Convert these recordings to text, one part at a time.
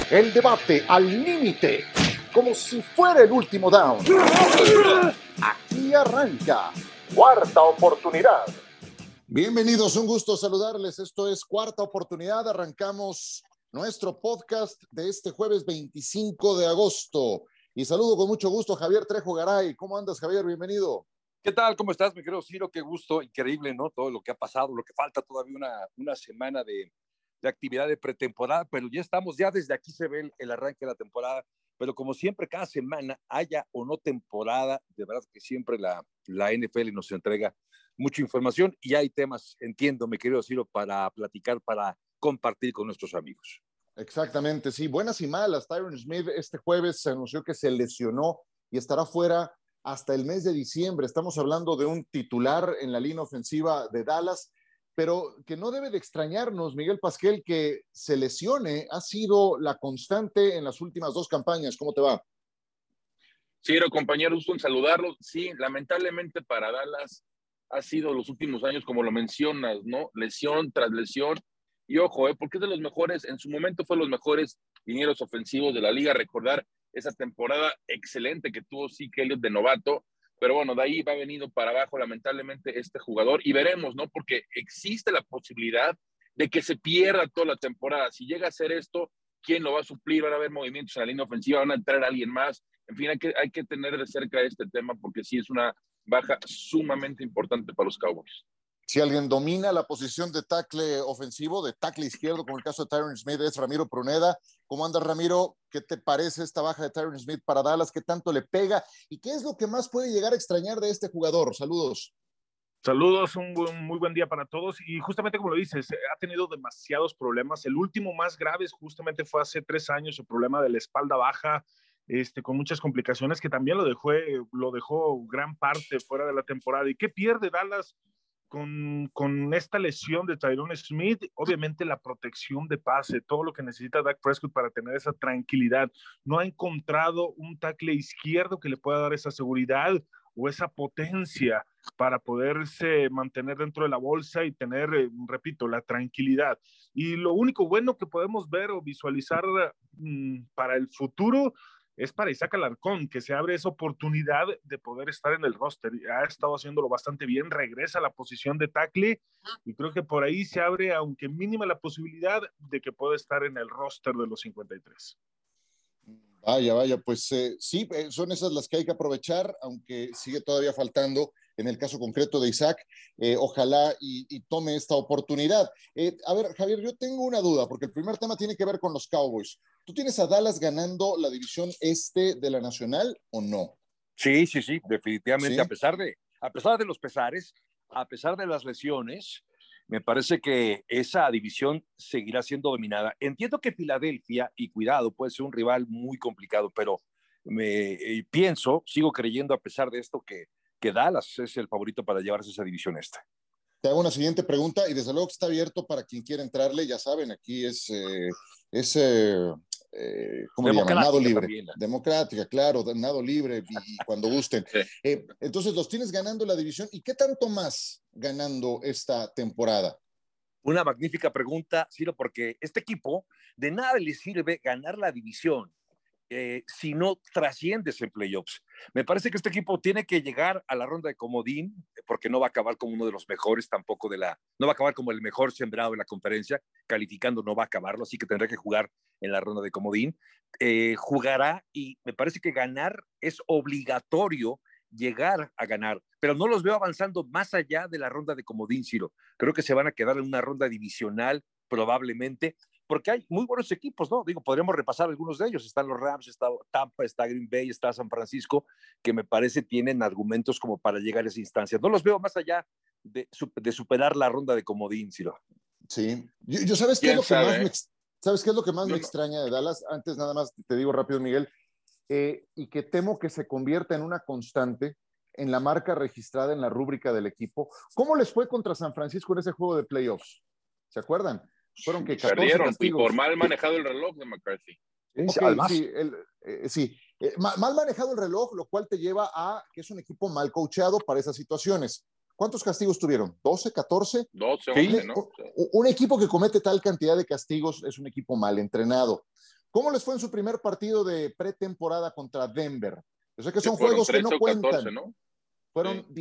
El debate al límite, como si fuera el último down. Aquí arranca Cuarta Oportunidad. Bienvenidos, un gusto saludarles. Esto es Cuarta Oportunidad. Arrancamos nuestro podcast de este jueves 25 de agosto. Y saludo con mucho gusto a Javier Trejo Garay. ¿Cómo andas, Javier? Bienvenido. ¿Qué tal? ¿Cómo estás, mi querido Ciro? Qué gusto, increíble, ¿no? Todo lo que ha pasado, lo que falta todavía una semana de actividad de pretemporada, pero ya estamos, ya desde aquí se ve el arranque de la temporada, pero como siempre, cada semana, haya o no temporada, de verdad que siempre la NFL nos entrega mucha información y hay temas, entiendo, mi querido Ciro, para platicar, para compartir con nuestros amigos. Exactamente, sí, buenas y malas. Tyron Smith este jueves se anunció que se lesionó y estará fuera hasta el mes de diciembre. Estamos hablando de un titular en la línea ofensiva de Dallas, pero que no debe de extrañarnos, Miguel Pasquel, que se lesione. Ha sido la constante en las últimas dos campañas. ¿Cómo te va? Sí, compañero, gusto en saludarlos. Sí, lamentablemente para Dallas ha sido los últimos años, como lo mencionas, ¿no? Lesión tras lesión. Y ojo, porque es de los mejores, en su momento fue de los mejores linieros ofensivos de la liga. Recordar esa temporada excelente que tuvo Zeke Elliott de novato, pero bueno, de ahí va venido para abajo lamentablemente este jugador y veremos, ¿no? Porque existe la posibilidad de que se pierda toda la temporada. Si llega a hacer esto, ¿quién lo va a suplir? Van a haber movimientos en la línea ofensiva, van a entrar a alguien más. En fin, hay que tener de cerca este tema porque sí es una baja sumamente importante para los Cowboys. Si alguien domina la posición de tackle ofensivo, de tackle izquierdo, como el caso de Tyron Smith, es Ramiro Pruneda. ¿Cómo andas, Ramiro? ¿Qué te parece esta baja de Tyron Smith para Dallas? ¿Qué tanto le pega? ¿Y qué es lo que más puede llegar a extrañar de este jugador? Saludos. Saludos, muy buen día para todos. Y justamente como lo dices, ha tenido demasiados problemas. El último más grave justamente fue hace 3 años, el problema de la espalda baja, con muchas complicaciones que también lo dejó gran parte fuera de la temporada. ¿Y qué pierde Dallas con esta lesión de Tyron Smith? Obviamente la protección de pase, todo lo que necesita Dak Prescott para tener esa tranquilidad. No ha encontrado un tackle izquierdo que le pueda dar esa seguridad o esa potencia para poderse mantener dentro de la bolsa y tener, repito, la tranquilidad. Y lo único bueno que podemos ver o visualizar para el futuro es para Isaac Alarcón, que se abre esa oportunidad de poder estar en el roster. Ha estado haciéndolo bastante bien, regresa a la posición de tackle y creo que por ahí se abre, aunque mínima, la posibilidad de que pueda estar en el roster de los 53. Vaya, pues sí, son esas las que hay que aprovechar, aunque sigue todavía faltando en el caso concreto de Isaac. Ojalá y tome esta oportunidad. A ver, Javier, yo tengo una duda, porque el primer tema tiene que ver con los Cowboys. ¿Tú tienes a Dallas ganando la división este de la Nacional o no? Sí, definitivamente, ¿Sí? a pesar de los pesares, a pesar de las lesiones, me parece que esa división seguirá siendo dominada. Entiendo que Filadelfia, y cuidado, puede ser un rival muy complicado, pero sigo creyendo a pesar de esto que Dallas es el favorito para llevarse esa división esta. Te hago una siguiente pregunta y desde luego que está abierto para quien quiera entrarle. Ya saben, aquí ¿cómo le llaman? Nado libre. También. Democrática, claro, nado libre y cuando gusten. Entonces los tienes ganando la división. ¿Y qué tanto más ganando esta temporada? Una magnífica pregunta, Ciro, porque este equipo de nada le sirve ganar la división si no trasciendes en playoffs. Me parece que este equipo tiene que llegar a la ronda de comodín, porque no va a acabar como uno de los mejores tampoco no va a acabar como el mejor sembrado de la conferencia, calificando no va a acabarlo, así que tendrá que jugar en la ronda de comodín. Jugará y me parece que ganar es obligatorio, llegar a ganar, pero no los veo avanzando más allá de la ronda de comodín, Ciro. Creo que se van a quedar en una ronda divisional probablemente, porque hay muy buenos equipos, ¿no? Digo, podríamos repasar algunos de ellos. Están los Rams, está Tampa, está Green Bay, está San Francisco, que me parece tienen argumentos como para llegar a esa instancia. No los veo más allá de superar la ronda de comodín, Ciro. Sí. Yo ¿sabes qué es lo que más ¿sabes qué es lo que más me extraña de Dallas? Antes nada más te digo rápido, Miguel, y que temo que se convierta en una constante en la marca registrada en la rúbrica del equipo. ¿Cómo les fue contra San Francisco en ese juego de playoffs? ¿Se acuerdan? Fueron que 14 perdieron castigos. Y por mal manejado el reloj de McCarthy. Mal manejado el reloj, lo cual te lleva a que es un equipo mal coacheado para esas situaciones. ¿Cuántos castigos tuvieron? ¿12, 14? 12, 11, ¿no? Un equipo que comete tal cantidad de castigos es un equipo mal entrenado. ¿Cómo les fue en su primer partido de pretemporada contra Denver? Yo sé que son fueron juegos que no 13 o cuentan. 14, ¿no? Fueron Sí.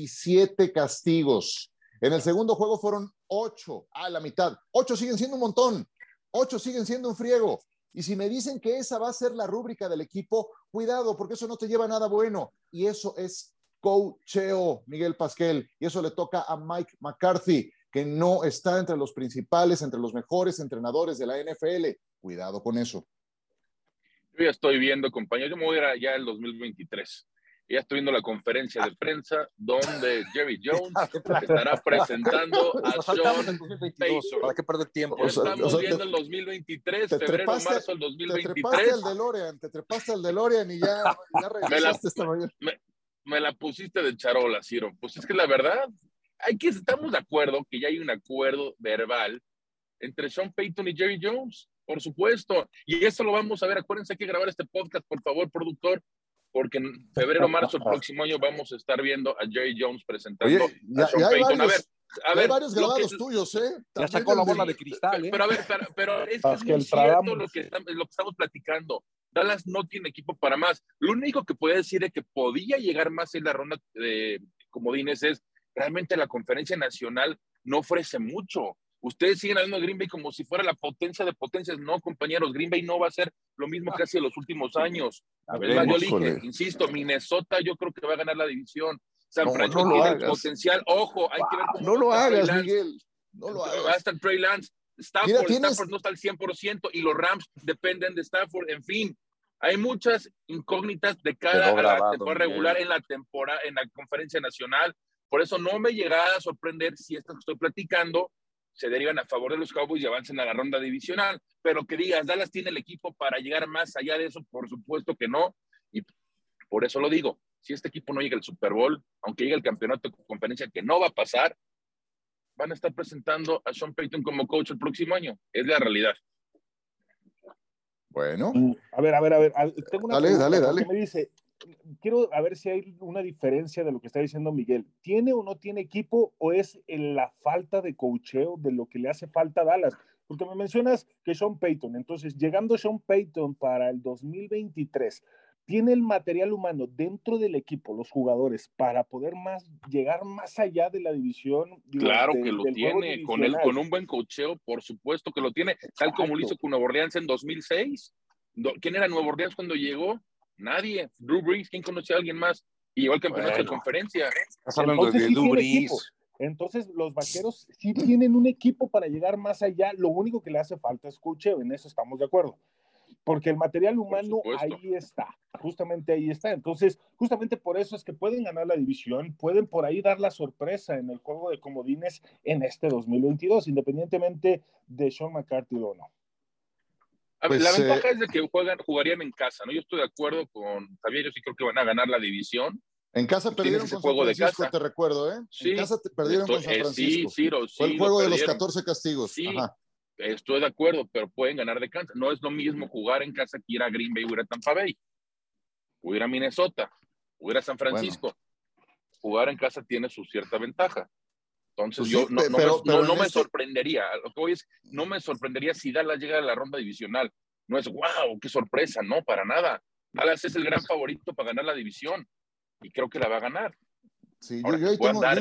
17 castigos. En el segundo juego fueron 8, la mitad. 8 siguen siendo un montón. 8 siguen siendo un friego. Y si me dicen que esa va a ser la rúbrica del equipo, cuidado, porque eso no te lleva a nada bueno. Y eso es coacheo, Miguel Pasquel. Y eso le toca a Mike McCarthy, que no está entre los principales, entre los mejores entrenadores de la NFL. Cuidado con eso. Yo ya estoy viendo, compañero, yo me voy a ir ya el 2023. Ya estoy viendo la conferencia de prensa donde Jerry Jones estará presentando a Sean Payton. ¿Para qué perder tiempo? Ya estamos viendo el 2023, febrero, marzo del 2023. Te trepaste al DeLorean y ya regresaste esta mañana. Me la pusiste de charola, Ciro. Pues es que la verdad, estamos de acuerdo que ya hay un acuerdo verbal entre Sean Payton y Jerry Jones, por supuesto. Y eso lo vamos a ver. Acuérdense que grabar este podcast, por favor, productor, porque en febrero, marzo del próximo año vamos a estar viendo a Jerry Jones presentando a Sean Payton. A ver, varios grabados tuyos, ¿eh? Ya sacó la bola de cristal, ¿eh? Pero es que es muy cierto lo que estamos platicando. Dallas no tiene equipo para más. Lo único que puede decir es que podía llegar más en la ronda de comodines es realmente la conferencia nacional no ofrece mucho. Ustedes siguen hablando de Green Bay como si fuera la potencia de potencias. No, compañeros, Green Bay no va a ser lo mismo que hace los últimos años. Yo dije, insisto, Minnesota yo creo que va a ganar la división. San Francisco tiene el potencial. Ojo, hay que ver cómo no lo hagas, Miguel. No lo hagas. Va a estar Trey Lance. Stafford no está al 100% y los Rams dependen de Stafford. En fin, hay muchas incógnitas de cara a la temporada regular en la conferencia nacional. Por eso no me llegará a sorprender si esto que estoy platicando se derivan a favor de los Cowboys y avancen a la ronda divisional. Pero que digas, Dallas tiene el equipo para llegar más allá de eso, por supuesto que no. Y por eso lo digo, si este equipo no llega al Super Bowl, aunque llegue al campeonato de conferencia, que no va a pasar, van a estar presentando a Sean Payton como coach el próximo año. Es la realidad. Bueno. A ver. Tengo una pregunta. Dale. Me dice, quiero a ver si hay una diferencia de lo que está diciendo Miguel. ¿Tiene o no tiene equipo o es la falta de coacheo de lo que le hace falta a Dallas? Porque me mencionas que Sean Payton, entonces llegando Sean Payton para el 2023, ¿tiene el material humano dentro del equipo, los jugadores, para poder llegar más allá de la división? Claro que lo tiene, con un buen coacheo, por supuesto que lo tiene. Exacto. Tal como lo hizo con Nueva Orleans en 2006. ¿Quién era Nueva Orleans cuando llegó? Nadie. Drew Brees, ¿quién conocía a alguien más? Y llegó al campeonato de conferencia. Estás hablando de Drew Brees. Entonces, los Vaqueros sí tienen un equipo para llegar más allá. Lo único que le hace falta es coacheo, en eso estamos de acuerdo. Porque el material humano ahí está, justamente ahí está. Entonces, justamente por eso es que pueden ganar la división, pueden por ahí dar la sorpresa en el juego de comodines en este 2022, independientemente de Sean McCarthy o no. A ver, la ventaja es de que jugarían en casa, ¿no? Yo estoy de acuerdo con Javier, yo sí creo que van a ganar la división. En casa perdieron con San Francisco, te recuerdo, ¿eh? Sí, en casa perdieron con San Francisco. Sí, fue el juego de los 14 castigos. Sí, ajá. Estoy de acuerdo, pero pueden ganar de casa. No es lo mismo jugar en casa que ir a Green Bay o ir a Tampa Bay, o ir a Minnesota, o ir a San Francisco. Bueno. Jugar en casa tiene su cierta ventaja. Entonces, pues no me sorprendería. Lo que voy es, no me sorprendería si Dallas llega a la ronda divisional. No es, wow, qué sorpresa, no, para nada. Dallas es el gran favorito para ganar la división y creo que la va a ganar. Sí, yo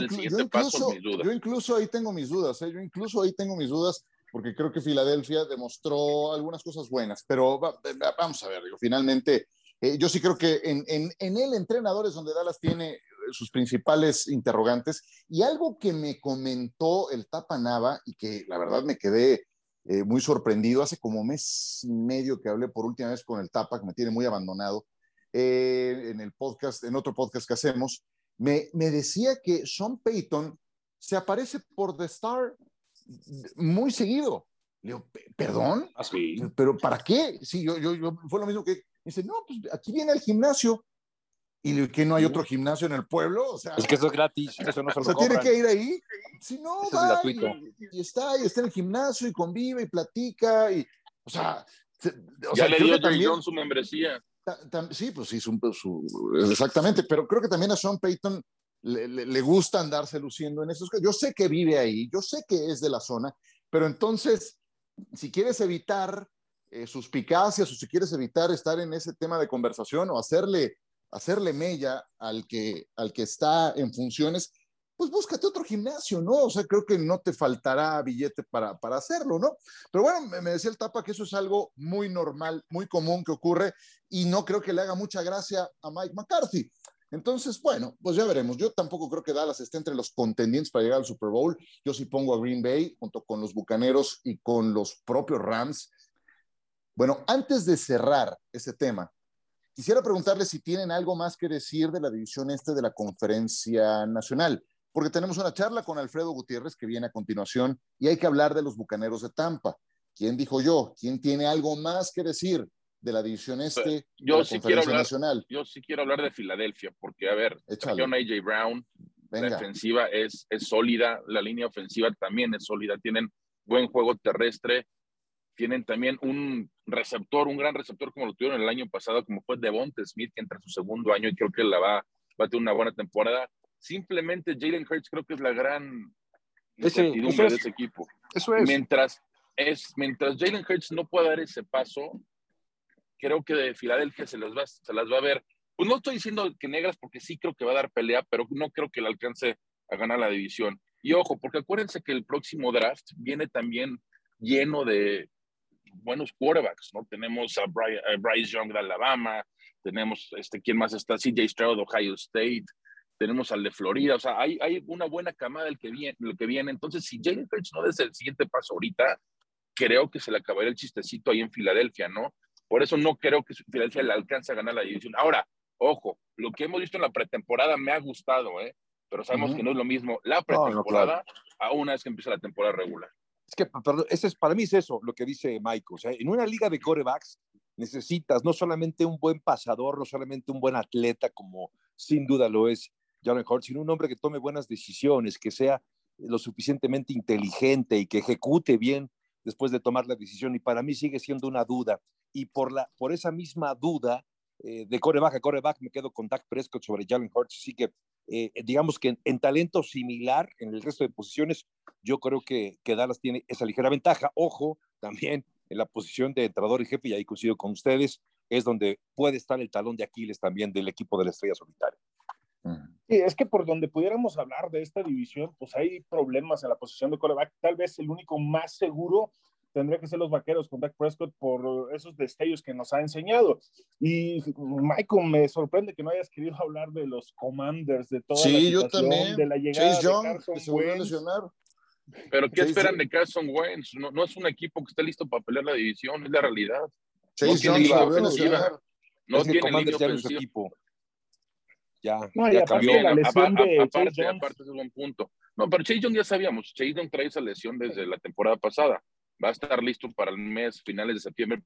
incluso ahí tengo mis dudas, ¿eh? Yo incluso ahí tengo mis dudas porque creo que Filadelfia demostró algunas cosas buenas, pero vamos a ver, finalmente, yo sí creo que en el entrenador es donde Dallas tiene sus principales interrogantes, y algo que me comentó el Tapa Nava y que la verdad me quedé muy sorprendido, hace como mes y medio que hablé por última vez con el Tapa, que me tiene muy abandonado, en el podcast, en otro podcast que hacemos, me decía que Sean Payton se aparece por The Star muy seguido. Le digo, ¿perdón? ¿Sí? ¿Pero para qué? Sí, yo fue lo mismo que... Me dice, no, pues aquí viene al gimnasio. ¿Y que no hay otro gimnasio en el pueblo? O sea, es que eso es gratis, eso no se lo cobran. Tiene que ir ahí. Si no, eso va es y está en el gimnasio y convive y platica. Y, o sea le dio a Jerry Jones su membresía. Sí, pues sí, exactamente. Pero creo que también a Sean Payton le gusta andarse luciendo en esos casos. Yo sé que vive ahí, yo sé que es de la zona, pero entonces, si quieres evitar suspicacias o si quieres evitar estar en ese tema de conversación o hacerle mella al que está en funciones, pues búscate otro gimnasio, ¿no? O sea, creo que no te faltará billete para hacerlo, ¿no? Pero bueno, me decía el Tapa que eso es algo muy normal, muy común que ocurre y no creo que le haga mucha gracia a Mike McCarthy. Entonces, bueno, pues ya veremos. Yo tampoco creo que Dallas esté entre los contendientes para llegar al Super Bowl. Yo sí pongo a Green Bay junto con los Bucaneros y con los propios Rams. Bueno, antes de cerrar ese tema, quisiera preguntarles si tienen algo más que decir de la división este de la Conferencia Nacional, porque tenemos una charla con Alfredo Gutiérrez que viene a continuación y hay que hablar de los Bucaneros de Tampa. ¿Quién dijo yo? ¿Quién tiene algo más que decir de la división este de la Conferencia Nacional? Yo sí quiero hablar de Filadelfia, porque, a ver, trajeron a A.J. Brown, venga. La defensiva es sólida, la línea ofensiva también es sólida, tienen buen juego terrestre, tienen también un gran receptor como lo tuvieron el año pasado, como fue Devonta Smith, que entra en su segundo año y creo que va a tener una buena temporada. Simplemente Jalen Hurts creo que es la gran incertidumbre de ese equipo. Eso es. Mientras Jalen Hurts no pueda dar ese paso, creo que de Filadelfia se las va a ver. Pues no estoy diciendo que negras porque sí creo que va a dar pelea, pero no creo que le alcance a ganar la división. Y ojo, porque acuérdense que el próximo draft viene también lleno de buenos quarterbacks, ¿no? Tenemos a Bryce Young de Alabama, tenemos, ¿quién más está? CJ Stroud de Ohio State, tenemos al de Florida, o sea, hay una buena camada el que viene. Entonces, si Jalen Hurts no da el siguiente paso ahorita, creo que se le acabaría el chistecito ahí en Filadelfia, ¿no? Por eso no creo que Filadelfia le alcance a ganar la división. Ahora, ojo, lo que hemos visto en la pretemporada me ha gustado, pero sabemos que no es lo mismo la pretemporada a una vez que empieza la temporada regular. Es que, perdón, para mí es eso lo que dice Michael. O sea, en una liga de quarterbacks necesitas no solamente un buen pasador, no solamente un buen atleta, como sin duda lo es Jalen Hurts, sino un hombre que tome buenas decisiones, que sea lo suficientemente inteligente y que ejecute bien después de tomar la decisión. Y para mí sigue siendo una duda. Y por esa misma duda de quarterback a quarterback me quedo con Dak Prescott sobre Jalen Hurts. Así que digamos que en talento similar en el resto de posiciones, yo creo que Dallas tiene esa ligera ventaja. Ojo, también en la posición de entrenador y jefe, y ahí coincido con ustedes, es donde puede estar el talón de Aquiles también del equipo de la estrella solitaria. Sí, es que por donde pudiéramos hablar de esta división, pues hay problemas en la posición de quarterback. Tal vez el único más seguro tendría que ser los Vaqueros con Dak Prescott por esos destellos que nos ha enseñado. Y Michael, me sorprende que no hayas querido hablar de los Commanders, de toda la situación, yo también. de la llegada Chase Young, de Carson que se volvió a Wentz. lesionar. ¿Pero qué esperan de Carson Wentz? No es un equipo que esté listo para pelear la división, es la realidad. Chase Young se volvió a lesionar. No tiene Commanders línea ya no es su ofensiva. equipo. Ya cambió. También, la lesión aparte es un buen punto. No, pero Chase Young ya sabíamos. Chase Young trae esa lesión desde la temporada pasada. Va a estar listo para el mes, finales de septiembre,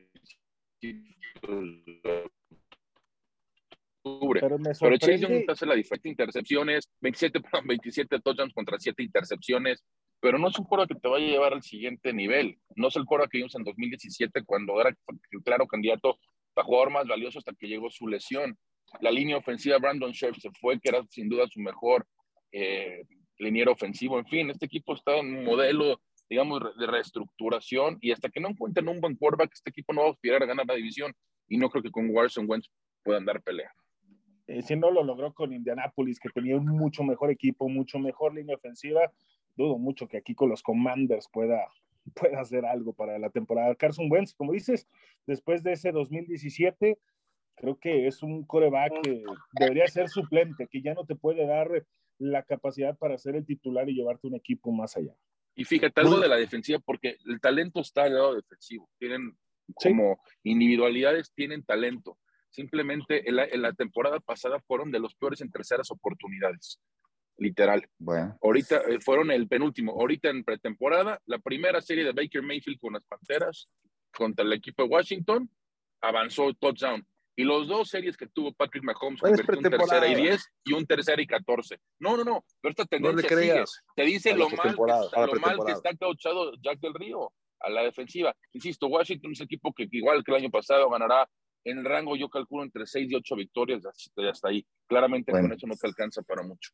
octubre. Pero Chase Young hace la diferencia, intercepciones, 27 touchdowns contra 7 intercepciones, pero no es un quarterback que te vaya a llevar al siguiente nivel. No es el quarterback que vimos en 2017 cuando era el claro candidato para jugador más valioso hasta que llegó su lesión. La línea ofensiva, Brandon Scherf se fue, que era sin duda su mejor liniero ofensivo. En fin, este equipo está en un modelo, digamos, de reestructuración, y hasta que no encuentren un buen quarterback, este equipo no va a aspirar a ganar la división, y no creo que con Carson Wentz puedan dar pelea. Si no lo logró con Indianapolis, que tenía un mucho mejor equipo, mucho mejor línea ofensiva, dudo mucho que aquí con los Commanders pueda hacer algo para la temporada. Carson Wentz, como dices, después de ese 2017, creo que es un quarterback que debería ser suplente, que ya no te puede dar la capacidad para ser el titular y llevarte un equipo más allá. Y fíjate, algo de la defensiva, porque el talento está al lado defensivo. Tienen como individualidades, tienen talento. Simplemente en la temporada pasada fueron de los peores en terceras oportunidades. Literal. Bueno. Ahorita fueron el penúltimo. Ahorita en pretemporada, la primera serie de Baker Mayfield con las Panteras contra el equipo de Washington avanzó touchdown. Y los dos series que tuvo Patrick Mahomes, convirtió un 3rd y 10 y un 3rd y 14. No, pero esta tendencia sigue. Te dice lo mal que está coachado Jack del Río a la defensiva. Insisto, Washington es un equipo que igual que el año pasado ganará en el rango, yo calculo entre 6 y 8 victorias hasta ahí. Claramente con eso no te alcanza para mucho.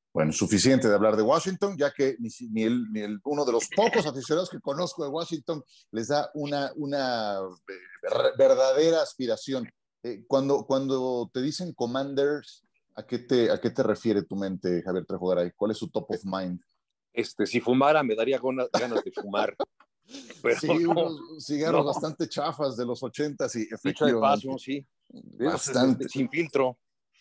Bueno, suficiente de hablar de Washington, ya que uno de los pocos aficionados que conozco de Washington les da una verdadera aspiración. Cuando te dicen Commanders, ¿a qué te refiere tu mente, Javier Trejo Garay? ¿Cuál es su top of mind? Si fumara me daría ganas de fumar. Pero sí, no, unos cigarros bastante chafas de los 80s y dicho de efectivamente. paso, sí. Bastante. Sin filtro.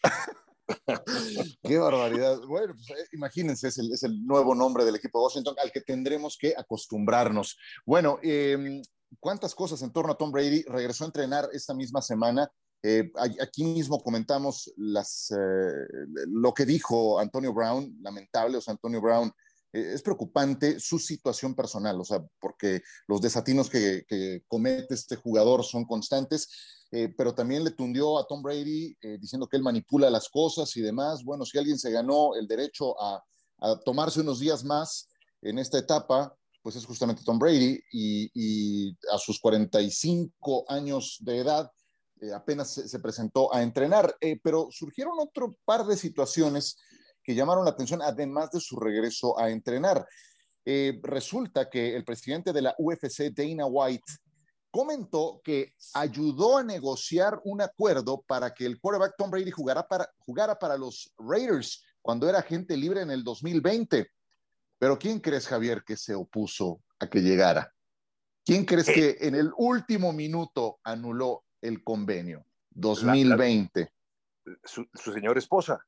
Qué barbaridad. Bueno, pues, imagínense, es el nuevo nombre del equipo de Washington al que tendremos que acostumbrarnos. Bueno, cuántas cosas en torno a Tom Brady. Regresó a entrenar esta misma semana. Aquí mismo comentamos lo que dijo Antonio Brown, lamentable. O sea, Antonio Brown, es preocupante su situación personal, o sea, porque los desatinos que comete este jugador son constantes. Pero también le tundió a Tom Brady diciendo que él manipula las cosas y demás. Bueno, si alguien se ganó el derecho a tomarse unos días más en esta etapa, pues es justamente Tom Brady, y a sus 45 años de edad apenas se presentó a entrenar, pero surgieron otro par de situaciones que llamaron la atención, además de su regreso a entrenar. Resulta que el presidente de la UFC, Dana White, comentó que ayudó a negociar un acuerdo para que el quarterback Tom Brady jugara para los Raiders cuando era agente libre en el 2020. Pero ¿quién crees, Javier, que se opuso a que llegara? ¿Quién crees que en el último minuto anuló el convenio? 2020. Su señora esposa.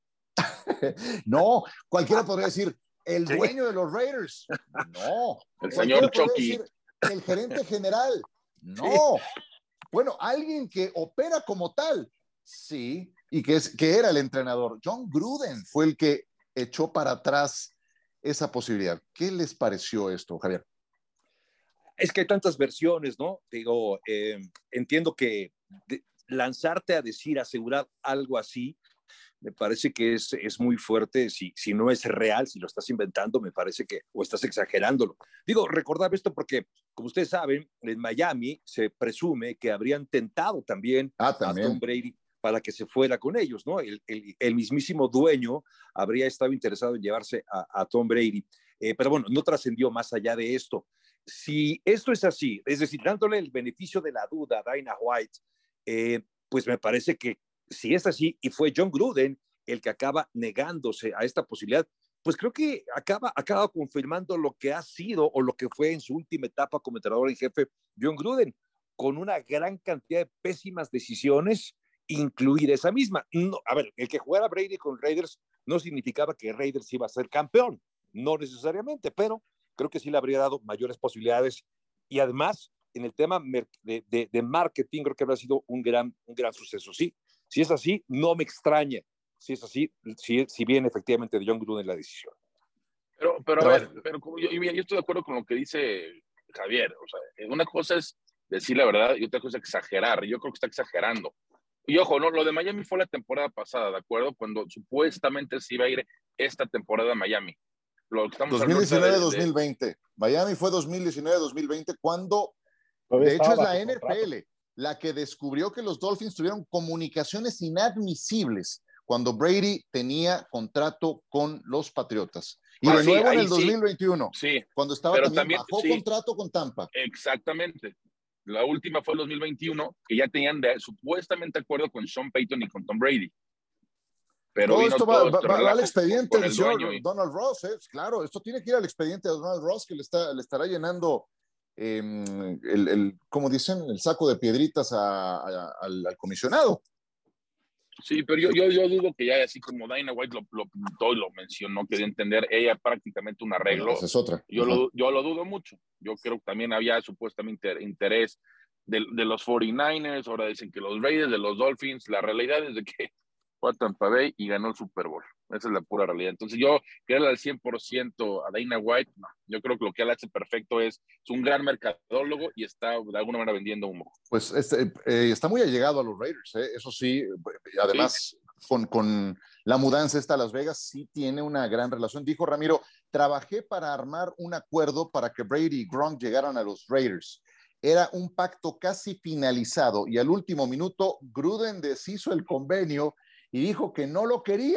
No, cualquiera podría decir el dueño de los Raiders. No. El señor Chucky. El gerente general. No. Bueno, alguien que opera como tal. Sí, y que era el entrenador. John Gruden fue el que echó para atrás esa posibilidad. ¿Qué les pareció esto, Javier? Es que hay tantas versiones, ¿no? Digo, entiendo que lanzarte a decir, asegurar algo así, me parece que es muy fuerte. Si no es real, si lo estás inventando, me parece que, o estás exagerándolo. Digo, recordar esto porque, como ustedes saben, en Miami se presume que habrían tentado también a Tom Brady para que se fuera con ellos, ¿no? El mismísimo dueño habría estado interesado en llevarse a Tom Brady. Pero bueno, no trascendió más allá de esto. Si esto es así, es decir, dándole el beneficio de la duda a Dana White, pues me parece que si es así, y fue John Gruden el que acaba negándose a esta posibilidad, pues creo que acaba confirmando lo que ha sido o lo que fue en su última etapa como entrenador en jefe John Gruden, con una gran cantidad de pésimas decisiones, incluir esa misma. No, a ver, el que jugara Brady con Raiders no significaba que Raiders iba a ser campeón, no necesariamente, pero creo que sí le habría dado mayores posibilidades, y además en el tema de marketing creo que habría sido un gran suceso. Sí, si es así, no me extraña. Si es así, si viene efectivamente de John Gruden la decisión. Pero a ver, yo estoy de acuerdo con lo que dice Javier. O sea, una cosa es decir la verdad y otra cosa es exagerar. Yo creo que está exagerando. Y ojo, no, lo de Miami fue la temporada pasada, ¿de acuerdo? Cuando supuestamente se iba a ir esta temporada a Miami. 2019-2020. Miami fue 2019-2020 cuando, de hecho, es la NFL la que descubrió que los Dolphins tuvieron comunicaciones inadmisibles cuando Brady tenía contrato con los Patriotas. Y de nuevo en el 2021, cuando estaba también bajo contrato con Tampa. Exactamente. La última fue el 2021, que ya tenían supuestamente acuerdo con Sean Payton y con Tom Brady. Pero todo esto va al expediente del señor Donald Ross, claro, esto tiene que ir al expediente de Donald Ross, que le estará llenando como dicen, el saco de piedritas al comisionado. Sí, pero yo dudo que ya, así como Dana White lo pintó y lo mencionó, que de entender ella prácticamente un arreglo. Bueno, esa es otra. Yo lo dudo mucho. Yo creo que también había supuestamente interés de los 49ers, ahora dicen que los Raiders, de los Dolphins. La realidad es de que fue a Tampa Bay y ganó el Super Bowl. Esa es la pura realidad. Entonces yo creo al 100% a Dana White, no. Yo creo que lo que él hace perfecto es un gran mercadólogo y está de alguna manera vendiendo humo. Pues está muy allegado a los Raiders, eso sí. Además, sí. Con la mudanza esta a Las Vegas, sí tiene una gran relación. Dijo Ramiro, trabajé para armar un acuerdo para que Brady y Gronk llegaran a los Raiders. Era un pacto casi finalizado y al último minuto Gruden deshizo el convenio y dijo que no lo quería.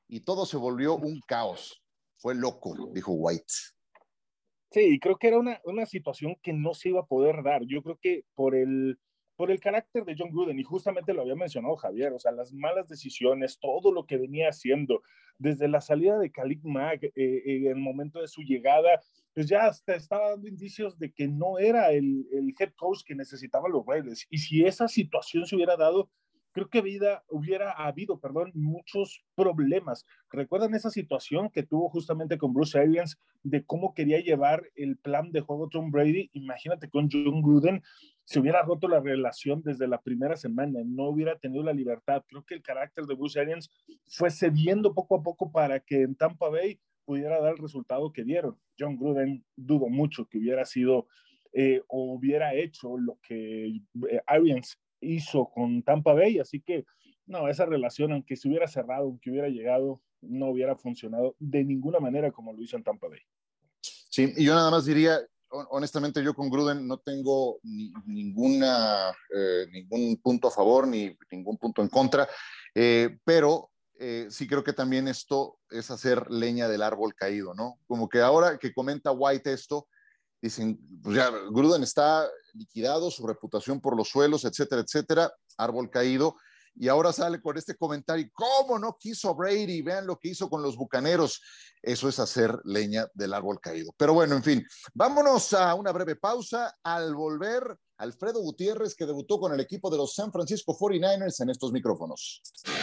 y todo se volvió un caos. Fue loco, dijo White. Sí, y creo que era una situación que no se iba a poder dar. Yo creo que por el carácter de John Gruden, y justamente lo había mencionado Javier, o sea, las malas decisiones, todo lo que venía haciendo, desde la salida de Khalil Mack, en el momento de su llegada, pues ya hasta estaba dando indicios de que no era el head coach que necesitaban los Raiders. Y si esa situación se hubiera dado, creo que hubiera habido, muchos problemas. ¿Recuerdan esa situación que tuvo justamente con Bruce Arians de cómo quería llevar el plan de juego Tom Brady? Imagínate con John Gruden, se hubiera roto la relación desde la primera semana, no hubiera tenido la libertad. Creo que el carácter de Bruce Arians fue cediendo poco a poco para que en Tampa Bay pudiera dar el resultado que dieron. John Gruden dudo mucho que hubiera sido o hubiera hecho lo que Arians hizo con Tampa Bay, así que no, esa relación, aunque se hubiera cerrado, aunque hubiera llegado, no hubiera funcionado de ninguna manera como lo hizo en Tampa Bay. Sí, y yo nada más diría, honestamente, yo con Gruden no tengo ningún punto a favor ni ningún punto en contra, pero sí creo que también esto es hacer leña del árbol caído, ¿no? Como que ahora que comenta White esto, dicen, pues ya, Gruden está liquidado, su reputación por los suelos, etcétera, etcétera, árbol caído, y ahora sale con este comentario, ¿cómo no quiso Brady? Vean lo que hizo con los Bucaneros. Eso es hacer leña del árbol caído. Pero bueno, en fin, vámonos a una breve pausa. Al volver, Alfredo Gutiérrez, que debutó con el equipo de los San Francisco 49ers en estos micrófonos.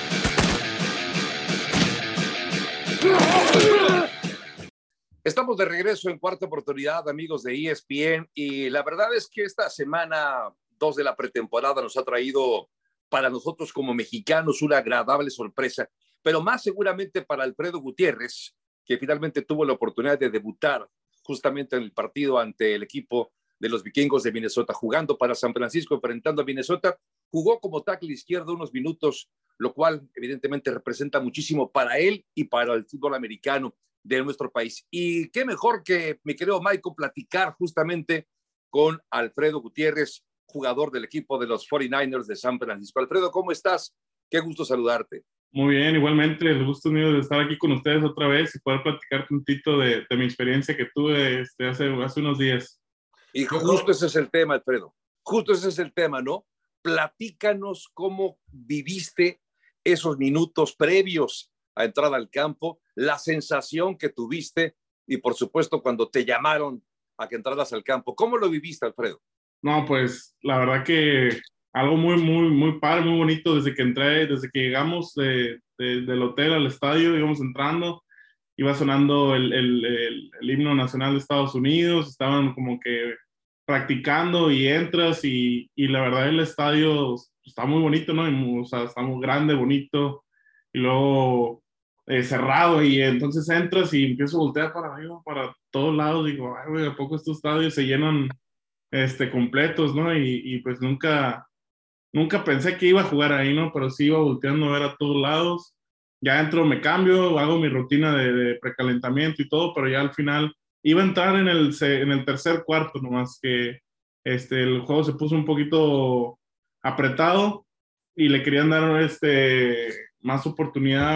Estamos de regreso en Cuarta Oportunidad, amigos de ESPN, y la verdad es que esta semana 2 de la pretemporada nos ha traído para nosotros como mexicanos una agradable sorpresa, pero más seguramente para Alfredo Gutiérrez, que finalmente tuvo la oportunidad de debutar justamente en el partido ante el equipo de los Vikingos de Minnesota, jugando para San Francisco, enfrentando a Minnesota. Jugó como tackle izquierdo unos minutos, lo cual evidentemente representa muchísimo para él y para el fútbol americano de nuestro país. Y qué mejor que, mi querido Michael, platicar justamente con Alfredo Gutiérrez, jugador del equipo de los 49ers de San Francisco. Alfredo, ¿cómo estás? Qué gusto saludarte. Muy bien, igualmente, el gusto mío de estar aquí con ustedes otra vez y poder platicar un poquito de mi experiencia que tuve hace unos días. Y justo ese es el tema, Alfredo. Justo ese es el tema, ¿no? Platícanos cómo viviste esos minutos previos a entrar al campo, la sensación que tuviste y, por supuesto, cuando te llamaron a que entraras al campo. ¿Cómo lo viviste, Alfredo? No, pues la verdad que algo muy, muy, muy padre, muy bonito desde que entré, desde que llegamos del hotel al estadio, íbamos entrando, iba sonando el himno nacional de Estados Unidos, estaban como que practicando y entras y la verdad el estadio está muy bonito, ¿no? O sea, está muy grande, bonito, y luego cerrado, y entonces entras y empiezo a voltear para arriba, para todos lados, digo, ay, güey, ¿a poco estos estadios se llenan completos, ¿no? Y pues nunca pensé que iba a jugar ahí, ¿no? Pero sí iba volteando a ver a todos lados. Ya entro, me cambio, hago mi rutina de precalentamiento y todo, pero ya al final iba a entrar en el tercer cuarto, nomás que el juego se puso un poquito apretado y le querían dar más oportunidad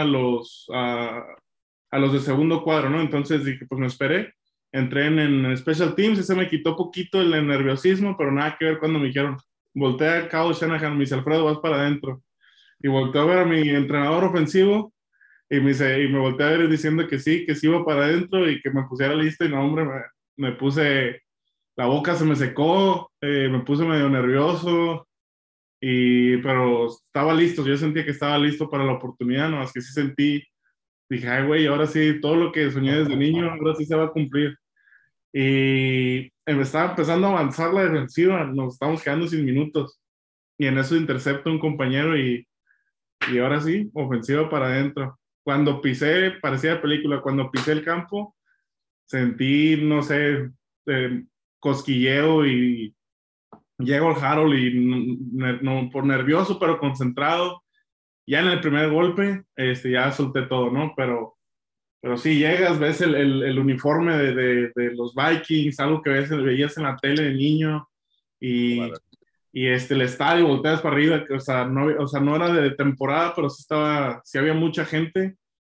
a los de segundo cuadro, ¿no? Entonces dije, pues me esperé. Entré en Special Teams y se me quitó poquito el nerviosismo, pero nada que ver cuando me dijeron, volteé a Kyle Shanahan, me dice, Alfredo, vas para adentro. Y volteé a ver a mi entrenador ofensivo y me volteé a ver diciendo que sí iba para adentro y que me pusiera listo. Y no, hombre, me puse, la boca se me secó, me puse medio nervioso, pero estaba listo. Yo sentía que estaba listo para la oportunidad, no, es que sí sentí, dije, ay, güey, ahora sí, todo lo que soñé desde niño, ahora sí se va a cumplir. Y me estaba empezando a avanzar la defensiva, nos estamos quedando sin minutos. Y en eso intercepto un compañero y ahora sí, ofensiva para adentro. Cuando pisé, parecía de película, cuando pisé el campo, sentí, no sé, cosquilleo y llego al Harold y no, por nervioso, pero concentrado. Ya en el primer golpe, ya solté todo, ¿no? Pero sí llegas, ves el uniforme de los Vikings, algo que veías en la tele de niño, y el estadio, volteas para arriba, o sea, no era de temporada, pero sí había mucha gente,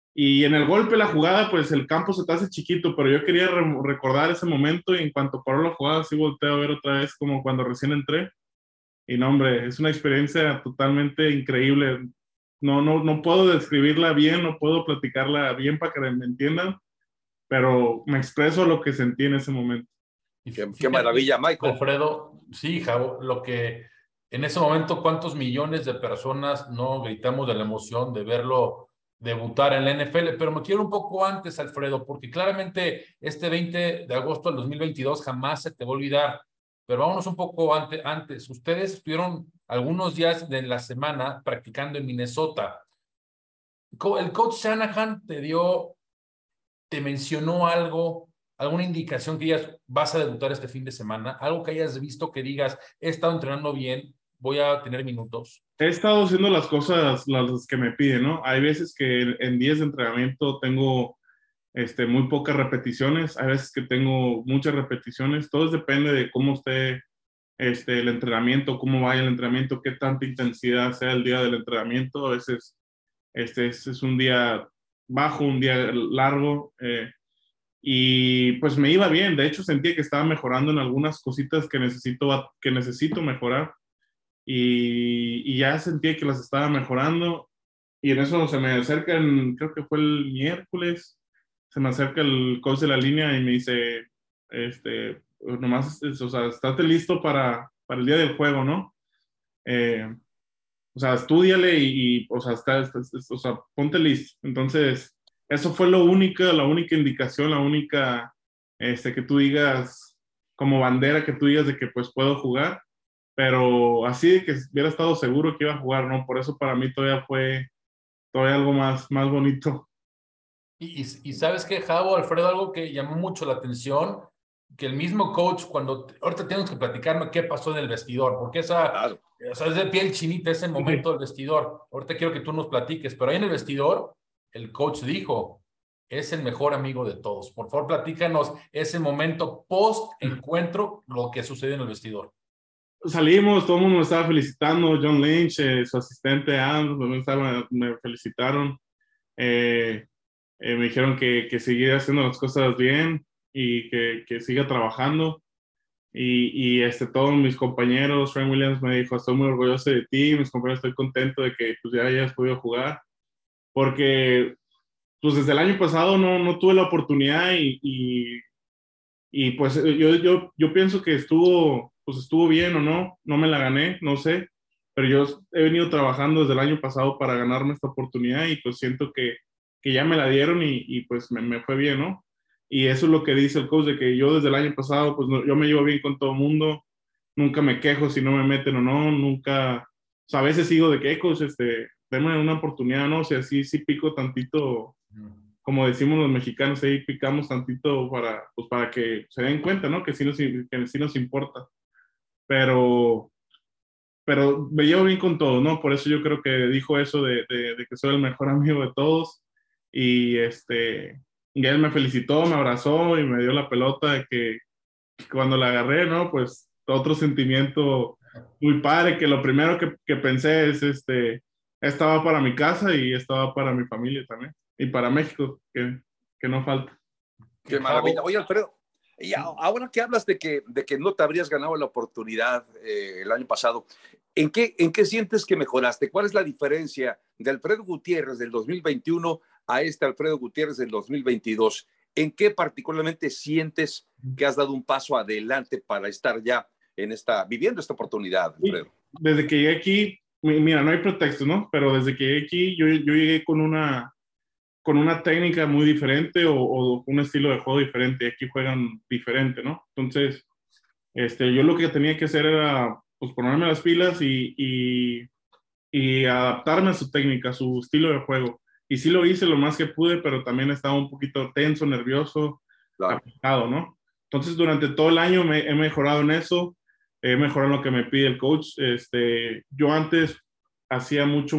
Y en el golpe, la jugada, pues el campo se te hace chiquito, pero yo quería recordar ese momento y en cuanto paró la jugada, sí volteo a ver otra vez como cuando recién entré. Y no, hombre, es una experiencia totalmente increíble. No puedo describirla bien, no puedo platicarla bien para que me entiendan, pero me expreso lo que sentí en ese momento. Qué maravilla, Michael. Alfredo, sí, Javo, lo que en ese momento, ¿cuántos millones de personas no gritamos de la emoción de verlo debutar en la NFL? Pero me quiero un poco antes, Alfredo, porque claramente este 20 de agosto del 2022 jamás se te va a olvidar. Pero vámonos un poco antes. Ustedes estuvieron algunos días de la semana practicando en Minnesota. El coach Shanahan te mencionó algo, alguna indicación que digas, vas a debutar este fin de semana, algo que hayas visto que digas, he estado entrenando bien, voy a tener minutos. He estado haciendo las cosas las que me piden, ¿no? Hay veces que en días de entrenamiento tengo muy pocas repeticiones, hay veces que tengo muchas repeticiones, todo depende de cómo esté el entrenamiento, cómo vaya el entrenamiento, qué tanta intensidad sea el día del entrenamiento. A veces es un día bajo, un día largo, y pues me iba bien. De hecho, sentía que estaba mejorando en algunas cositas que necesito mejorar, y ya sentía que las estaba mejorando. Y en eso se me acerca, creo que fue el miércoles, se me acerca el coach de la línea y me dice, nomás, o sea, estate listo para el día del juego, ¿no? O sea, estúdiale o sea, o sea, ponte listo. Entonces, eso fue la única indicación, la única, que tú digas, como bandera que tú digas de que pues puedo jugar, pero así de que hubiera estado seguro que iba a jugar, ¿no? Por eso para mí todavía fue algo más bonito. Y sabes qué, Javo, Alfredo, algo que llamó mucho la atención, que el mismo coach, ahorita tenemos que platicarme qué pasó en el vestidor, porque Claro. o sea, es de piel chinita ese momento del vestidor. Ahorita quiero que tú nos platiques, pero ahí en el vestidor, el coach dijo, es el mejor amigo de todos. Por favor, platícanos ese momento post-encuentro, lo que sucedió en el vestidor. Salimos, todo el mundo me estaba felicitando, John Lynch, su asistente Adam, me felicitaron. Me dijeron que siguiera haciendo las cosas bien y que siga trabajando. Y todos mis compañeros, Frank Williams me dijo, estoy muy orgulloso de ti, mis compañeros, estoy contento de que pues, ya hayas podido jugar, porque pues desde el año pasado no tuve la oportunidad y pues yo pienso que estuvo bien o no me la gané, no sé, pero yo he venido trabajando desde el año pasado para ganarme esta oportunidad y pues siento que ya me la dieron y pues me fue bien, ¿no? Y eso es lo que dice el coach, de que yo desde el año pasado, pues yo me llevo bien con todo el mundo, nunca me quejo si no me meten o no, nunca, o sea, a veces sigo de que, coach, denme una oportunidad, ¿no? O sea, sí pico tantito, como decimos los mexicanos, ahí picamos tantito para que se den cuenta, ¿no? Que sí nos importa. Pero me llevo bien con todo, ¿no? Por eso yo creo que dijo eso de que soy el mejor amigo de todos. Y y él me felicitó, me abrazó y me dio la pelota de que cuando la agarré, ¿no? Pues otro sentimiento muy padre, que lo primero que pensé es, estaba para mi casa y estaba para mi familia también. Y para México, que no falta. Qué maravilla. Oye, Alfredo, y ahora que hablas de que no te habrías ganado la oportunidad el año pasado, ¿en qué sientes que mejoraste? ¿Cuál es la diferencia de Alfredo Gutiérrez del 2021 a Alfredo Gutiérrez del 2022? ¿En qué particularmente sientes que has dado un paso adelante para estar ya viviendo esta oportunidad, Alfredo? Desde que llegué aquí, mira, no hay pretexto, ¿no? Pero desde que llegué aquí, yo llegué con una técnica muy diferente o un estilo de juego diferente. Aquí juegan diferente, ¿no? Entonces, yo lo que tenía que hacer era pues ponerme las pilas y adaptarme a su técnica, a su estilo de juego. Y sí lo hice lo más que pude, pero también estaba un poquito tenso, nervioso, claro, aplicado, ¿no? Entonces, durante todo el año he mejorado en eso, he mejorado en lo que me pide el coach. Yo antes hacía mucho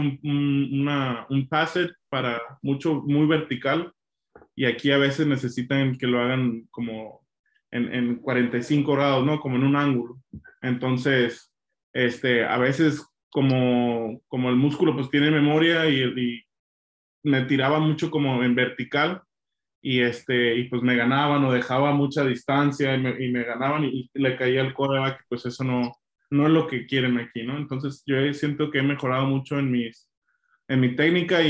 un pase muy vertical, y aquí a veces necesitan que lo hagan como en 45 grados, ¿no? Como en un ángulo. Entonces, a veces como el músculo pues tiene memoria y me tiraba mucho como en vertical y pues me ganaban o dejaba mucha distancia y me ganaban y le caía el quarterback, pues eso no es lo que quieren aquí, ¿no? Entonces yo siento que he mejorado mucho en mi técnica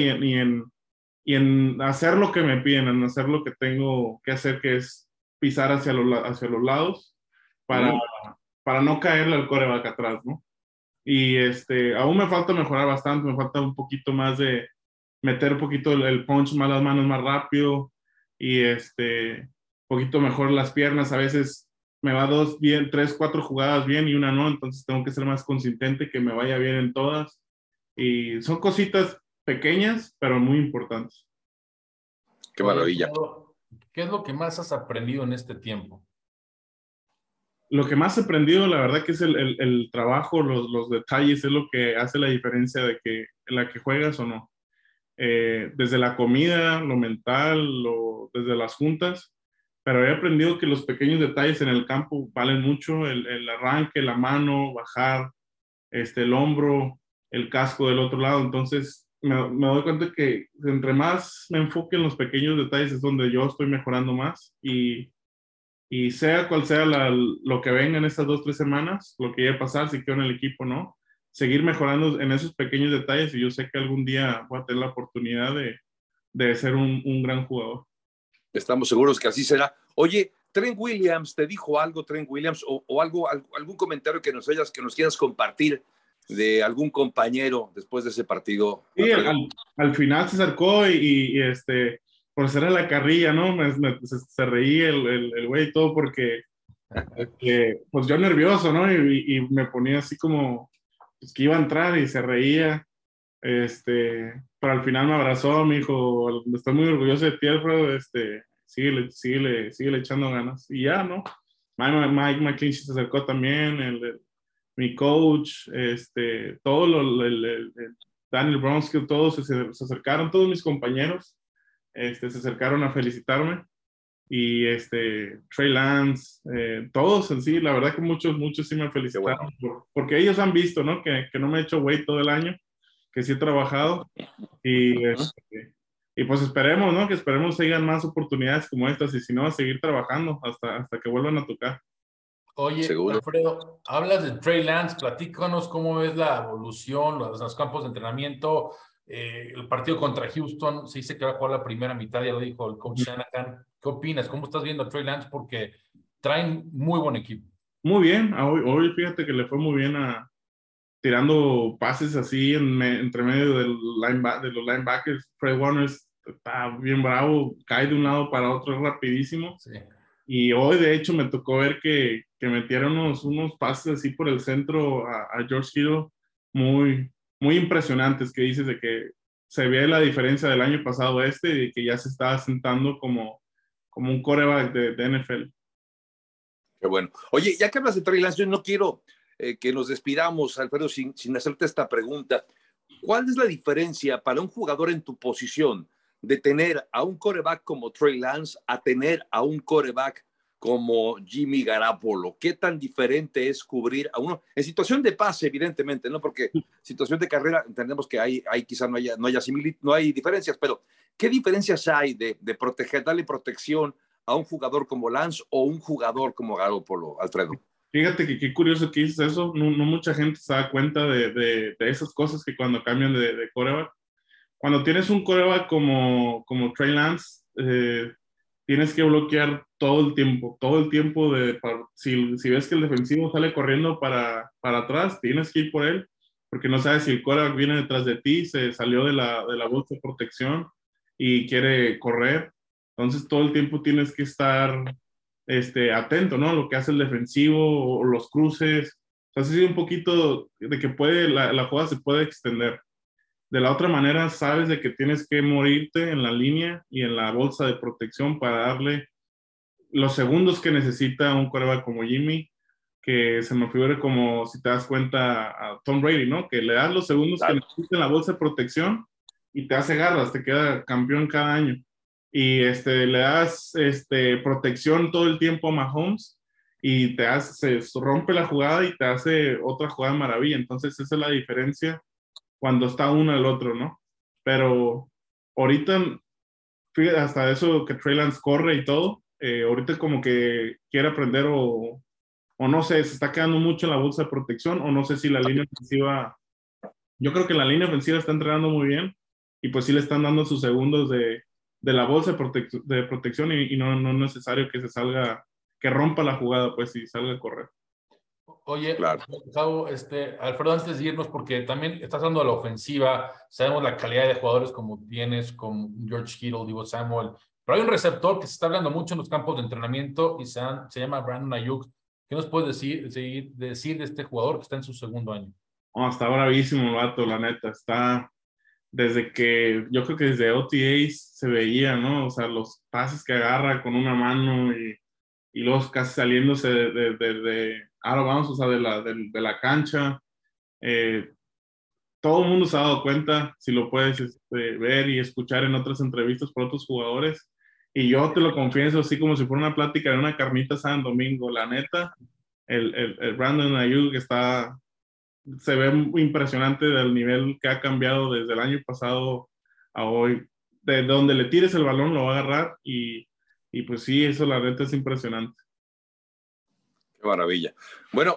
y en hacer lo que me piden, en hacer lo que tengo que hacer, que es pisar hacia los lados para, para no caerle al quarterback atrás, ¿no? Y aún me falta mejorar bastante, me falta un poquito más de meter un poquito el punch más las manos más rápido y poquito mejor las piernas. A veces me va 2 bien, 3, 4 jugadas bien y una no, entonces tengo que ser más consistente, que me vaya bien en todas. Y son cositas pequeñas, pero muy importantes. Qué maravilla. ¿Qué es lo que más has aprendido en este tiempo? Lo que más he aprendido, la verdad, que es el trabajo, los detalles, es lo que hace la diferencia de que en la que juegas o no. Desde la comida, lo mental, desde las juntas, pero he aprendido que los pequeños detalles en el campo valen mucho, el arranque, la mano, bajar, el hombro, el casco del otro lado. Entonces me doy cuenta que entre más me enfoque en los pequeños detalles es donde yo estoy mejorando más y sea cual sea lo que venga en estas 2, 3 semanas, lo que vaya a pasar, si quedo en el equipo o no, seguir mejorando en esos pequeños detalles y yo sé que algún día voy a tener la oportunidad de ser un gran jugador. Estamos seguros que así será. Oye, Trent Williams, ¿te dijo algo Trent Williams o algún comentario que nos quieras compartir de algún compañero después de ese partido? Sí, al final se acercó y por ser a la carrilla, ¿no? Se reía el güey y todo porque pues yo nervioso, ¿no? Y me ponía así como pues, que iba a entrar y se reía. Pero al final me abrazó, me dijo, estoy muy orgulloso de ti, Alfredo, síguele echando ganas. Y ya, ¿no? Mike McClinchy se acercó también, mi coach, Daniel Bronsky, todos se acercaron, todos mis compañeros, se acercaron a felicitarme. Y Trey Lance, todos en sí, la verdad que muchos sí me felicitaron, porque ellos han visto, ¿no? Que no me he hecho güey todo el año, que sí he trabajado y pues esperemos, ¿no? Que esperemos sigan más oportunidades como estas y si no, a seguir trabajando hasta que vuelvan a tocar. Oye, ¿seguro? Alfredo, hablas de Trey Lance, platícanos cómo ves la evolución, los campos de entrenamiento, el partido contra Houston, se dice que va a jugar la primera mitad, ya lo dijo el coach Shanahan. ¿Qué opinas? ¿Cómo estás viendo a Trey Lance? Porque traen muy buen equipo. Muy bien, hoy fíjate que le fue muy bien tirando pases así entre medio de los linebackers. Fred Warner está bien bravo, cae de un lado para otro rapidísimo. Sí. Y hoy, de hecho, me tocó ver que metieron unos pases así por el centro a George Kittle muy, muy impresionantes, que dices de que se ve la diferencia del año pasado y que ya se está sentando como un quarterback de NFL. Qué bueno. Oye, ya que hablas de Trey Lance, yo no quiero que nos despidamos, Alfredo, sin hacerte esta pregunta. ¿Cuál es la diferencia para un jugador en tu posición de tener a un quarterback como Trey Lance a tener a un quarterback como Jimmy Garoppolo? ¿Qué tan diferente es cubrir a uno? En situación de pase, evidentemente, ¿no? Porque situación de carrera, entendemos que hay quizás no hay diferencias, pero ¿qué diferencias hay de proteger, darle protección a un jugador como Lance o un jugador como Garoppolo, Alfredo? Fíjate que qué curioso que dices eso. No mucha gente se da cuenta de esas cosas que cuando cambian de quarterback. Cuando tienes un quarterback como Trey Lance, tienes que bloquear todo el tiempo. Si ves que el defensivo sale corriendo para atrás, tienes que ir por él, porque no sabes si el quarterback viene detrás de ti, se salió de la bolsa de protección y quiere correr. Entonces todo el tiempo tienes que estar atento, ¿no? Lo que hace el defensivo o los cruces. O sea, sí, un poquito de que la jugada se puede extender. De la otra manera, sabes de que tienes que morirte en la línea y en la bolsa de protección para darle los segundos que necesita un quarterback como Jimmy, que se me figure como, si te das cuenta, a Tom Brady, ¿no? Que le das los segundos que necesita en la bolsa de protección y te hace garras, te queda campeón cada año. Y le das protección todo el tiempo a Mahomes y se rompe la jugada y te hace otra jugada de maravilla. Entonces esa es la diferencia cuando está uno al otro, ¿no? Pero ahorita, fíjate, hasta eso que Trey Lance corre y todo, ahorita como que quiere aprender o no sé, se está quedando mucho en la bolsa de protección, o no sé si la línea ofensiva, yo creo que la línea ofensiva está entrenando muy bien, y pues sí le están dando sus segundos de la bolsa de protección, y no es necesario que se salga, que rompa la jugada, pues, y salga a correr. Oye, Claro. Gustavo, Alfredo, antes de irnos, porque también estás hablando de la ofensiva, sabemos la calidad de jugadores como tienes, como George Kittle, Divo Samuel, pero hay un receptor que se está hablando mucho en los campos de entrenamiento y se llama Brandon Ayuk. ¿Qué nos puedes decir de este jugador que está en su segundo año? Oh, está bravísimo el vato, la neta, está, yo creo que desde OTAs se veía, ¿no? O sea, los pases que agarra con una mano y luego casi saliéndose de out of bounds, o sea, de la cancha. Todo el mundo se ha dado cuenta, si lo puedes ver y escuchar en otras entrevistas por otros jugadores. Y yo te lo confieso, así como si fuera una plática de una carnita asada en domingo. La neta, el Brandon Ayuk se ve muy impresionante del nivel que ha cambiado desde el año pasado a hoy. De donde le tires el balón lo va a agarrar y pues sí, eso la neta es impresionante. Qué maravilla. Bueno,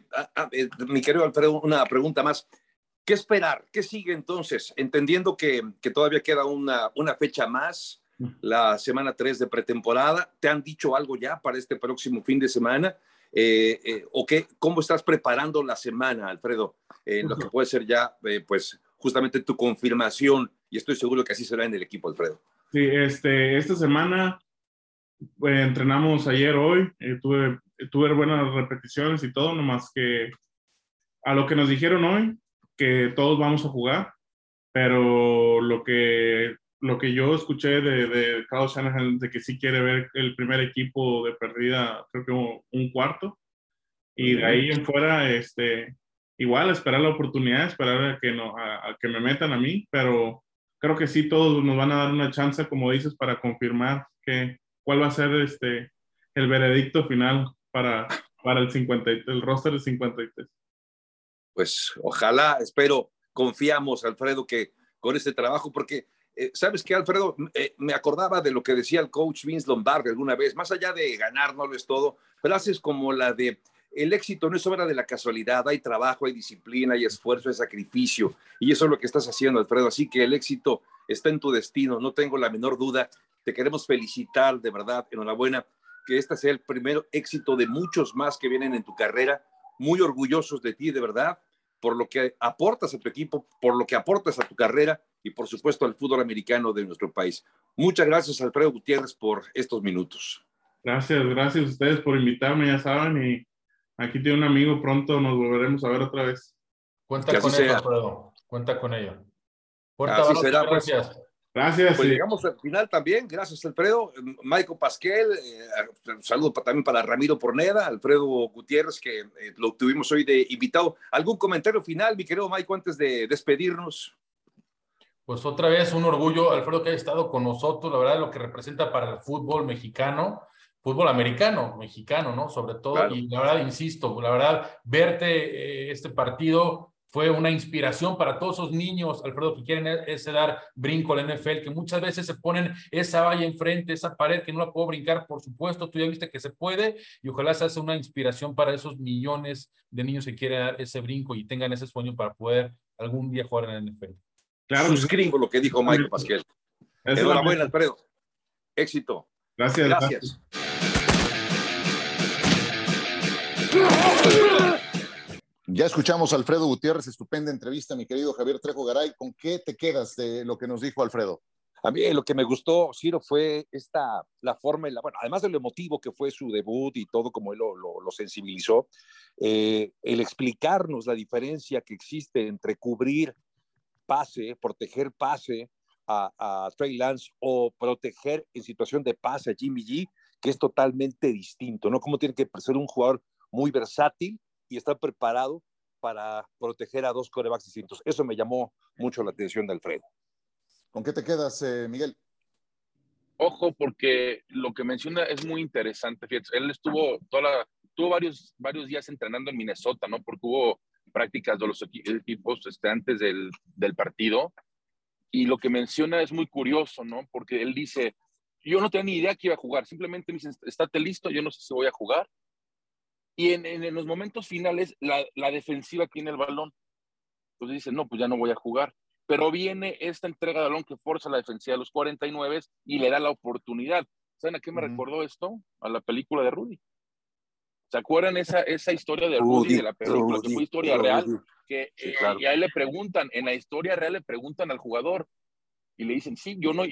mi querido Alfredo, una pregunta más. ¿Qué esperar? ¿Qué sigue entonces? Entendiendo que todavía queda una fecha más, la semana 3 de pretemporada. ¿Te han dicho algo ya para este próximo fin de semana? ¿O qué? ¿Cómo estás preparando la semana, Alfredo? Lo que puede ser ya, pues, justamente tu confirmación, y estoy seguro que así será en el equipo, Alfredo. Sí, esta semana entrenamos ayer, hoy, tuve buenas repeticiones y todo, nomás que a lo que nos dijeron hoy, que todos vamos a jugar, pero lo que yo escuché de Kyle Shanahan, de que sí quiere ver el primer equipo de perdida, creo que un cuarto, y de ahí en fuera, igual esperar la oportunidad, esperar a que me metan a mí, pero creo que sí todos nos van a dar una chance, como dices, para confirmar cuál va a ser el veredicto final para el roster de 53. Pues ojalá, espero, confiamos, Alfredo, que con este trabajo, porque, ¿sabes qué, Alfredo? Me acordaba de lo que decía el coach Vince Lombardi alguna vez, más allá de ganar no lo es todo, frases como la de el éxito no es obra de la casualidad, hay trabajo, hay disciplina, hay esfuerzo, hay sacrificio, y eso es lo que estás haciendo, Alfredo, así que el éxito está en tu destino, no tengo la menor duda, te queremos felicitar, de verdad, enhorabuena, que este sea el primer éxito de muchos más que vienen en tu carrera, muy orgullosos de ti, de verdad, por lo que aportas a tu equipo, por lo que aportas a tu carrera y, por supuesto, al fútbol americano de nuestro país. Muchas gracias, Alfredo Gutiérrez, por estos minutos. Gracias a ustedes por invitarme, ya saben, y aquí tiene un amigo, pronto nos volveremos a ver otra vez. Cuenta con eso, Alfredo. Cuenta con ello. Fuerte abrazo, será, gracias. Pues. Gracias. Pues llegamos al final también. Gracias, Alfredo. Michael Pasquel, un saludo también para Ramiro Porneda, Alfredo Gutiérrez, que lo tuvimos hoy de invitado. ¿Algún comentario final, mi querido Michael, antes de despedirnos? Pues otra vez un orgullo, Alfredo, que haya estado con nosotros, la verdad, lo que representa para el fútbol mexicano, fútbol americano, mexicano, ¿no? Sobre todo, claro. Y la verdad, insisto, la verdad, verte este partido fue una inspiración para todos esos niños, Alfredo, que quieren dar brinco al NFL, que muchas veces se ponen esa valla enfrente, esa pared que no la puedo brincar, por supuesto, tú ya viste que se puede, y ojalá se hace una inspiración para esos millones de niños que quieren dar ese brinco y tengan ese sueño para poder algún día jugar en la NFL. Claro, suscribo lo que dijo Michael Pasquel. Enhorabuena, Alfredo. Éxito. Gracias. Ya escuchamos a Alfredo Gutiérrez, estupenda entrevista, mi querido Javier Trejo Garay. ¿Con qué te quedas de lo que nos dijo Alfredo? A mí lo que me gustó, Ciro, fue la forma, bueno, además de lo emotivo que fue su debut y todo como él lo sensibilizó, el explicarnos la diferencia que existe entre cubrir pase, proteger pase a Trey Lance o proteger en situación de pase a Jimmy G, que es totalmente distinto, ¿no? Cómo tiene que ser un jugador muy versátil y estar preparado para proteger a dos quarterbacks distintos. Eso me llamó mucho la atención de Alfredo. ¿Con qué te quedas, Miguel? Ojo, porque lo que menciona es muy interesante. Fíjate, él estuvo varios días entrenando en Minnesota, ¿no? Porque hubo prácticas de los equipos antes del partido. Y lo que menciona es muy curioso, ¿no? Porque él dice, yo no tenía ni idea que iba a jugar, simplemente me dice, estate listo, yo no sé si voy a jugar. Y en los momentos finales, la defensiva tiene el balón. Entonces dice, no, pues ya no voy a jugar. Pero viene esta entrega de balón que forza la defensiva a los 49 y le da la oportunidad. ¿Saben a qué me recordó esto? A la película de Rudy. ¿Se acuerdan esa historia de Rudy de la película, que fue historia real? Que, sí, claro. Y a él le preguntan, en la historia real le preguntan al jugador y le dicen, sí, yo no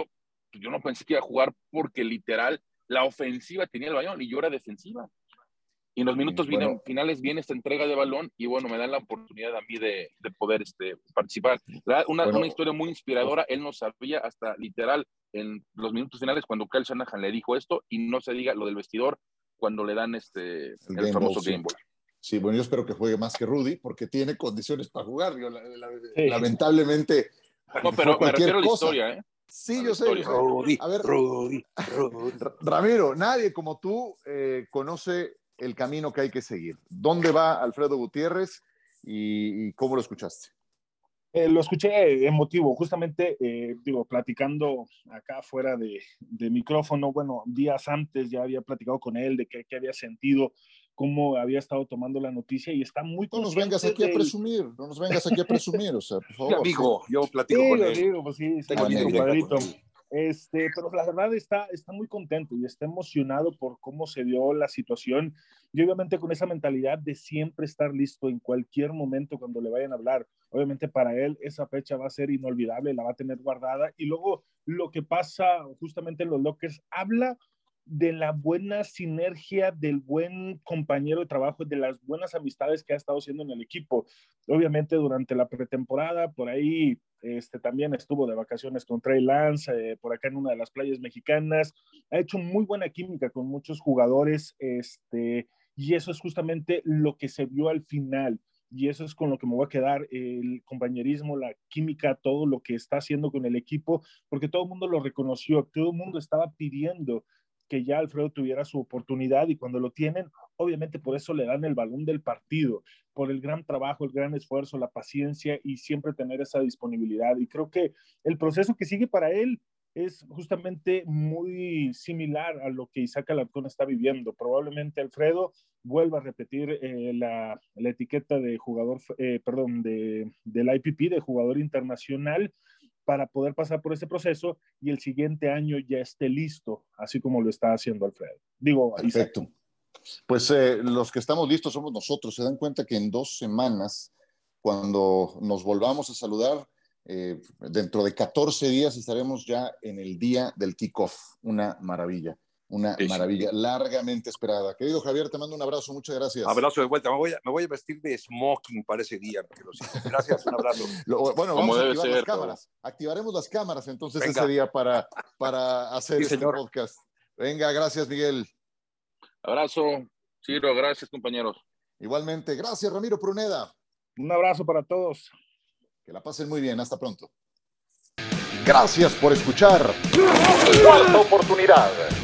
pensé que iba a jugar porque literal la ofensiva tenía el balón y yo era defensiva. Y en los minutos finales viene esta entrega de balón y bueno, me dan la oportunidad a mí de poder participar. Una historia muy inspiradora. Él no sabía hasta literal en los minutos finales cuando Kyle Shanahan le dijo esto, y no se diga lo del vestidor cuando le dan el famoso Game Boy. Sí, bueno, yo espero que juegue más que Rudy porque tiene condiciones para jugar. Lamentablemente. No, pero me refiero a la historia, ¿eh? Sí, yo sé. Rudy, a ver, Rudy. Ramiro, nadie como tú conoce el camino que hay que seguir. ¿Dónde va Alfredo Gutiérrez y cómo lo escuchaste? Lo escuché emotivo, justamente, platicando acá fuera de micrófono. Bueno, días antes ya había platicado con él de qué había sentido, cómo había estado tomando la noticia, y está muy consciente. No nos vengas aquí a presumir, o sea, por favor. Amigo, yo platico con él. Digo, pues sí, está mi compadrito. Pero la verdad está muy contento y está emocionado por cómo se dio la situación, y obviamente con esa mentalidad de siempre estar listo en cualquier momento cuando le vayan a hablar. Obviamente para él esa fecha va a ser inolvidable, la va a tener guardada, y luego lo que pasa justamente en los lockers habla de la buena sinergia, del buen compañero de trabajo, de las buenas amistades que ha estado haciendo en el equipo. Obviamente durante la pretemporada, por ahí también estuvo de vacaciones con Trey Lance, por acá en una de las playas mexicanas. Ha hecho muy buena química con muchos jugadores, y eso es justamente lo que se vio al final. Y eso es con lo que me voy a quedar, el compañerismo, la química, todo lo que está haciendo con el equipo, porque todo el mundo lo reconoció, todo el mundo estaba pidiendo que ya Alfredo tuviera su oportunidad, y cuando lo tienen, obviamente por eso le dan el balón del partido, por el gran trabajo, el gran esfuerzo, la paciencia y siempre tener esa disponibilidad. Y creo que el proceso que sigue para él es justamente muy similar a lo que Isaac Alarcón está viviendo. Probablemente Alfredo vuelva a repetir la etiqueta de jugador, del IPP, de jugador internacional, para poder pasar por ese proceso y el siguiente año ya esté listo, así como lo está haciendo Alfredo. Perfecto. Isaac. Pues los que estamos listos somos nosotros. Se dan cuenta que en 2 semanas, cuando nos volvamos a saludar, dentro de 14 días estaremos ya en el día del kickoff. Una maravilla. Largamente esperada. Querido Javier, te mando un abrazo, muchas gracias. Abrazo de vuelta, me voy a vestir de smoking para ese día. Gracias, un abrazo. Vamos a activar las cámaras. Activaremos las cámaras entonces ese día para hacer este podcast. Venga, gracias, Miguel. Abrazo, Ciro, gracias, compañeros. Igualmente, gracias, Ramiro Pruneda. Un abrazo para todos. Que la pasen muy bien, hasta pronto. Gracias por escuchar Cuarta Oportunidad.